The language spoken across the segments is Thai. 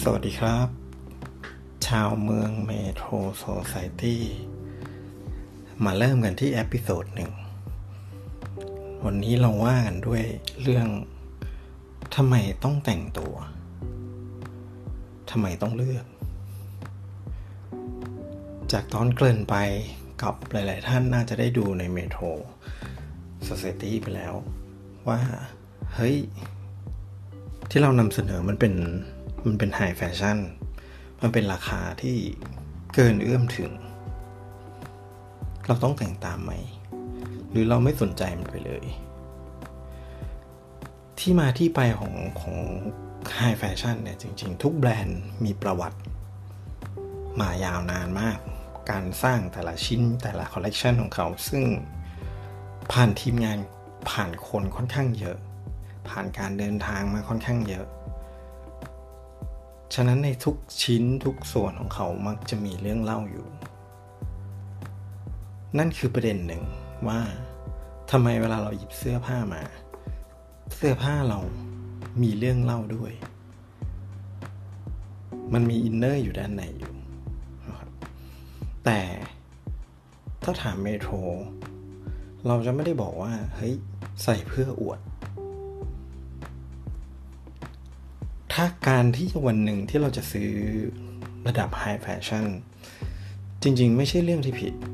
สวัสดีครับชาวเมืองเมโทรโซไซตี้มาเริ่มกันที่เอพิโซดหนึ่งวันนี้เราว่ากันด้วยเรื่องทำไมต้องแต่งตัวทำไมต้องเลือกจากตอนเกริ่นไปกับหลายๆท่านน่าจะได้ดูในเมโทรโซไซตี้ไปแล้วว่าเฮ้ยที่เรานำเสนอมันเป็นไฮแฟชั่นมันเป็นราคาที่เกินเอื้อมถึงเราต้องแต่งตามไหมหรือเราไม่สนใจมันไปเลยที่มาที่ไปของไฮแฟชั่นเนี่ยจริงๆทุกแบรนด์มีประวัติมายาวนานมากการสร้างแต่ละชิ้นแต่ละคอลเลกชันของเขาซึ่งผ่านทีมงานผ่านคนค่อนข้างเยอะผ่านการเดินทางมาค่อนข้างเยอะฉะนั้นในทุกชิ้นทุกส่วนของเขามักจะมีเรื่องเล่าอยู่นั่นคือประเด็นหนึ่งว่าทำไมเวลาเราหยิบเสื้อผ้ามาเสื้อผ้าเรามีเรื่องเล่าด้วยมันมีอินเนอร์อยู่ด้านในอยู่นะครับแต่ถ้าถามเมโทรเราจะไม่ได้บอกว่าเฮ้ยใส่เพื่ออวดถ้าการที่วันหนึ่งที่เราจะซื้อระดับไฮแฟชั่นจริงๆไม่ใช่เรื่องที่ผิด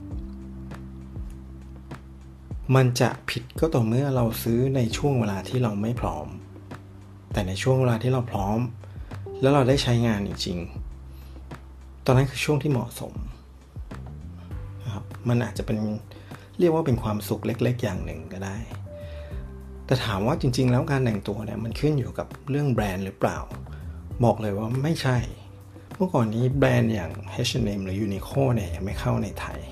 มันจะผิดก็ต่อเมื่อเราซื้อในช่วงเวลาที่เราไม่พร้อมแต่ในช่วงเวลาที่เราพร้อมแล้วเราได้ใช้งานจริงๆตอนนั้นคือช่วงที่เหมาะสมนะครับมันอาจจะเป็นเรียกว่าเป็นความสุขเล็กๆอย่างหนึ่งก็ได้แต่ถามว่าจริงๆแล้วการแต่งตัวเนี่ยมันขึ้นอยู่กับเรื่องแบรนด์หรือเปล่าบอกเลยว่าไม่ใช่เมื่อก่อนนี้แบรนด์อย่าง H&M หรือ Uniqlo เนี่ยยังไม่เข้าในไทย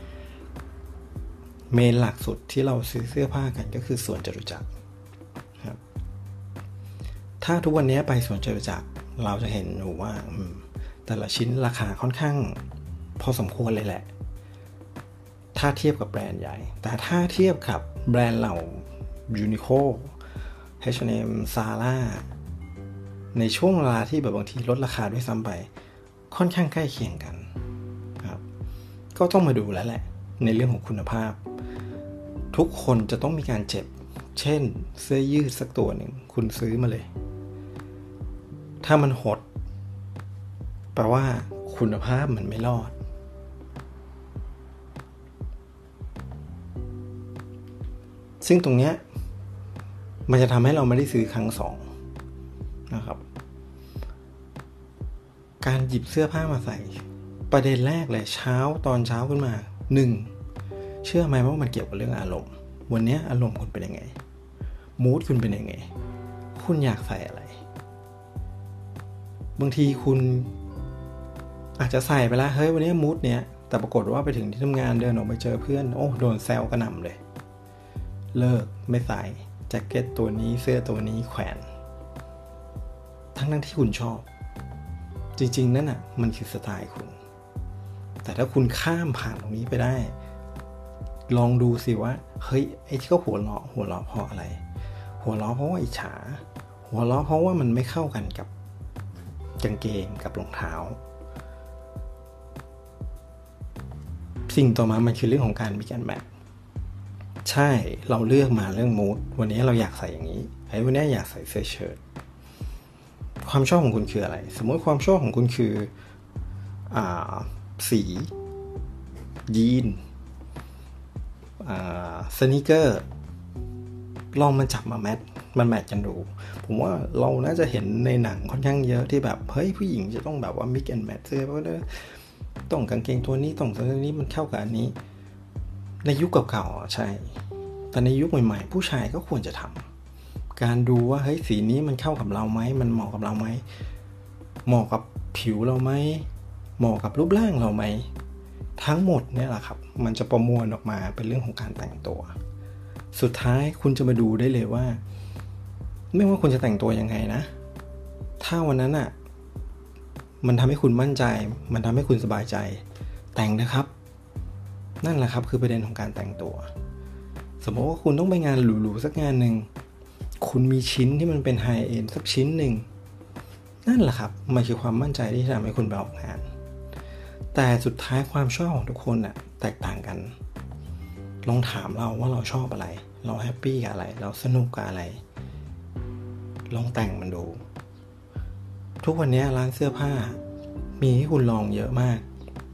เมนหลักสุดที่เราซื้อเสื้อผ้ากันก็คือสวนจตุจักรครับถ้าทุกวันนี้ไปสวนจตุจักรเราจะเห็นอยู่ว่าแต่ละชิ้นราคาค่อนข้างพอสมควรเลยแหละถ้าเทียบกับแบรนด์ใหญ่แต่ถ้าเทียบกับแบรนด์เหล่าUniqlo H&M Zara ในช่วงเวลาที่แบบบางทีลดราคาด้วยซ้ำไปค่อนข้างใกล้เคียงกันครับก็ต้องมาดูแล้วแหละในเรื่องของคุณภาพทุกคนจะต้องมีการเจ็บเช่นเสื้อยืดสักตัวหนึ่งคุณซื้อมาเลยถ้ามันหดแปลว่าคุณภาพมันไม่รอดซึ่งตรงเนี้ยมันจะทำให้เราไม่ได้ซื้อครั้งสองนะครับการหยิบเสื้อผ้ามาใส่ประเด็นแรกเลยตอนเช้าขึ้นมา1เชื่อไหมว่ามันเกี่ยวกับเรื่องอารมณ์วันนี้อารมณ์คุณเป็นยังไงมูดคุณเป็นยังไงคุณอยากใส่อะไรบางทีคุณอาจจะใส่ไปแล้วเฮ้ยวันนี้มูดเนี้ยแต่ปรากฏว่าไปถึงที่ทำงานเดินออกไปเจอเพื่อนโอ้โดนแซวกระหน่ำเลยเลิกไม่ใส่แจ็คเก็ตตัวนี้เสื้อตัวนี้แขวนทั้งที่คุณชอบจริงๆนั่นน่ะมันคือสไตล์คุณแต่ถ้าคุณข้ามผ่านตรงนี้ไปได้ลองดูสิว่าเฮ้ยไอ้ที่เขาหัวเราะเพราะอะไรหัวเราะเพราะว่าอิจฉาหัวเราะเพราะว่ามันไม่เข้ากันกับกางเกงกับรองเท้าสิ่งต่อมามันคือเรื่องของการมีการแมทใช่เราเลือกมาเรื่องมูดวันนี้เราอยากใส่อย่างนี้วันนี้อยากใส่เสื้อเชิ้ตความชอบของคุณคืออะไรสมมติความชอบของคุณคือสียีนสนีกเกอร์ลองมันจับมาแมทกันดูผมว่าเราน่าจะเห็นในหนังค่อนข้างเยอะที่แบบเฮ้ยผู้หญิงจะต้องแบบว่า mix and match เสื้อเพราะต้องกางเกงตัวนี้ต้องตัวนี้มันเข้ากับอันนี้ในยุคเก่าๆใช่แต่ในยุคใหม่ๆผู้ชายก็ควรจะทำการดูว่าเฮ้ยสีนี้มันเข้ากับเราไหมมันเหมาะกับเราไหมเหมาะกับผิวเราไหมเหมาะกับรูปร่างเราไหมทั้งหมดเนี่ยแหละครับมันจะประมวลออกมาเป็นเรื่องของการแต่งตัวสุดท้ายคุณจะมาดูได้เลยว่าไม่ว่าคุณจะแต่งตัวยังไงนะถ้าวันนั้นอ่ะมันทำให้คุณมั่นใจมันทำให้คุณสบายใจแต่งนะครับนั่นแหละครับคือประเด็นของการแต่งตัวสมมติว่าคุณต้องไปงานหรูๆสักงานหนึ่งคุณมีชิ้นที่มันเป็นไฮเอ็นด์สักชิ้นหนึ่งนั่นแหละครับมันคือความมั่นใจที่ทำให้คุณไปออกงานแต่สุดท้ายความชอบของทุกคนแตกต่างกันลองถามเราว่าเราชอบอะไรเราแฮปปี้กับอะไรเราสนุกกับอะไรลองแต่งมันดูทุกวันนี้ร้านเสื้อผ้ามีให้คุณลองเยอะมาก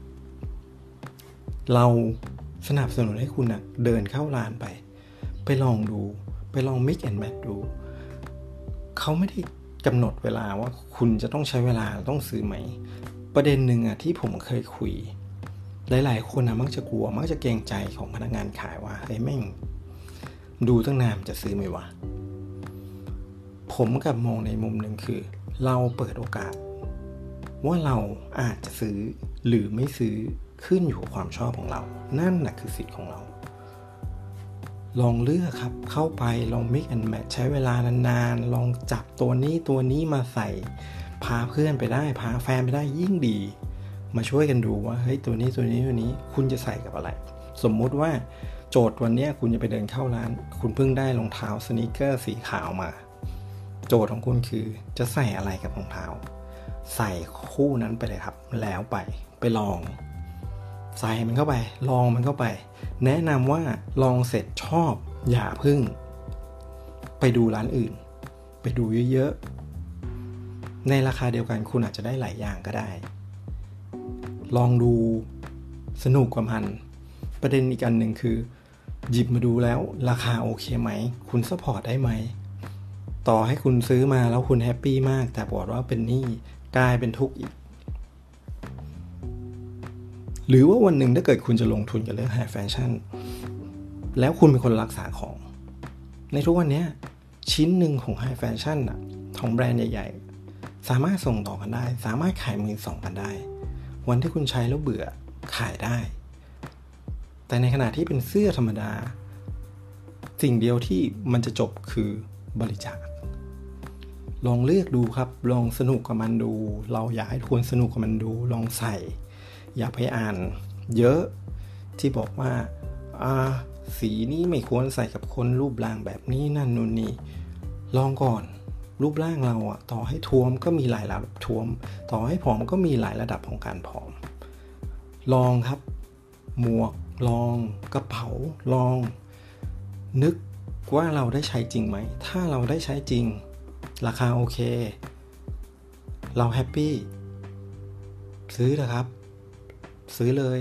เราสนับสนุนให้คุณเดินเข้าร้านไปลองดูไปลอง mix and match ดูเขาไม่ได้กำหนดเวลาว่าคุณจะต้องใช้เวลาต้องซื้อไหมประเด็นหนึ่งที่ผมเคยคุยหลายๆคนมักจะกลัวมักจะเกรงใจของพนักงานขายว่าแม่งดูตั้งนานจะซื้อไหมวะผมกับมองในมุมหนึ่งคือเราเปิดโอกาสว่าเราอาจจะซื้อหรือไม่ซื้อขึ้นอยู่กับความชอบของเรานั่นคือสิทธิ์ของเราลองเลือกครับเข้าไปลอง mix and match ใช้เวลานานๆลองจับตัวนี้มาใส่พาเพื่อนไปได้พาแฟนไปได้ยิ่งดีมาช่วยกันดูว่าเฮ้ยตัวนี้คุณจะใส่กับอะไรสมมุติว่าโจทย์วันนี้คุณจะไปเดินเข้าร้านคุณเพิ่งได้รองเท้าสนีกเกอร์สีขาวมาโจทย์ของคุณคือจะใส่อะไรกับรองเท้าใส่คู่นั้นไปเลยครับแล้วไปลองใส่มันเข้าไปลองมันเข้าไปแนะนำว่าลองเสร็จชอบอย่าพึ่งไปดูร้านอื่นไปดูเยอะๆในราคาเดียวกันคุณอาจจะได้หลายอย่างก็ได้ลองดูสนุกกว่ามันประเด็นอีกอันหนึ่งคือหยิบมาดูแล้วราคาโอเคไหมคุณซัพพอร์ตได้ไหมต่อให้คุณซื้อมาแล้วคุณแฮปปี้มากแต่บอกว่าเป็นหนี้กลายเป็นทุกข์อีกหรือว่าวันหนึ่งถ้าเกิดคุณจะลงทุนกับเรื่องไฮแฟชั่นแล้วคุณเป็นคนรักษาของในทุกวันนี้ชิ้นหนึ่งของไฮแฟชั่นของแบรนด์ใหญ่ๆสามารถส่งต่อกันได้สามารถขายมือสองกันได้วันที่คุณใช้แล้วเบื่อขายได้แต่ในขณะที่เป็นเสื้อธรรมดาสิ่งเดียวที่มันจะจบคือบริจาคลองเลือกดูครับลองสนุกกับมันดูเราอยากให้ทุกคนสนุกกับมันดูลองใส่อย่าไปอ่านเยอะที่บอกว่าสีนี้ไม่ควรใส่กับคนรูปร่างแบบนี้นั่นนู่นนี่ลองก่อนรูปร่างเราต่อให้ท้วมก็มีหลายระดับท้วมต่อให้ผอมก็มีหลายระดับของการผอมลองครับหมวกลองกระเป๋าลองนึกว่าเราได้ใช้จริงไหมถ้าเราได้ใช้จริงราคาโอเคเราแฮปปี้ซื้อนะครับซื้อเลย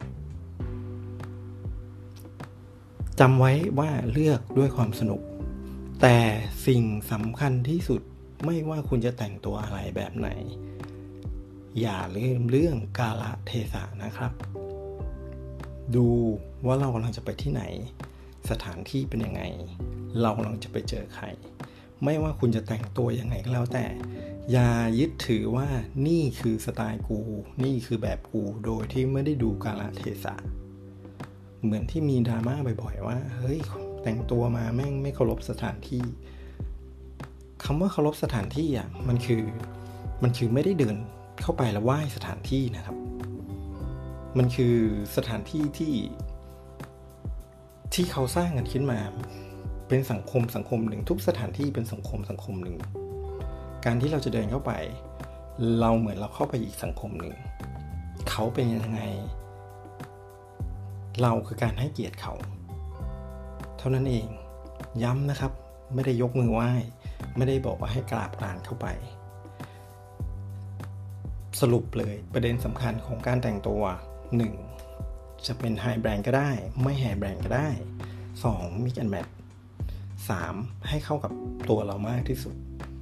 จำไว้ว่าเลือกด้วยความสนุกแต่สิ่งสำคัญที่สุดไม่ว่าคุณจะแต่งตัวอะไรแบบไหนอย่าลืมเรื่องกาลเทศะนะครับดูว่าเรากำลังจะไปที่ไหนสถานที่เป็นยังไงเรากำลังจะไปเจอใครไม่ว่าคุณจะแต่งตัวยังไงก็แล้วแต่อย่ายึดถือว่านี่คือสไตล์กูนี่คือแบบกูโดยที่ไม่ได้ดูกาลเทศะเหมือนที่มีดราม่าบ่อยๆว่าเฮ้ยแต่งตัวมาแม่งไม่เคารพสถานที่คำว่าเคารพสถานที่มันคือไม่ได้เดินเข้าไปแล้วไหว้สถานที่นะครับมันคือสถานที่ที่เขาสร้างกันขึ้นมาเป็นสังคมหนึ่งทุกสถานที่เป็นสังคมหนึ่งการที่เราจะเดินเข้าไปเราเหมือนเราเข้าไปอีกสังคมหนึ่งเขาเป็นยังไงเราคือการให้เกียรติเขาเท่านั้นเองย้ำนะครับไม่ได้ยกมือไหว้ไม่ได้บอกว่าให้กราบกรานเข้าไปสรุปเลยประเด็นสำคัญของการแต่งตัว 1. จะเป็นไฮแบรนด์ก็ได้ไม่ไฮแบรนด์ก็ได้ 2. mix and match 3. ให้เข้ากับตัวเรามากที่สุด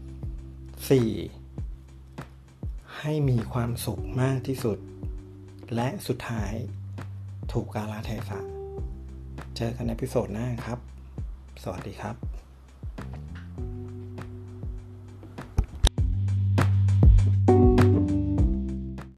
4. ให้มีความสุขมากที่สุดและสุดท้ายถูกกาลเทศะเจอกันในเอพิโซดหน้าครับสวัสดีครับ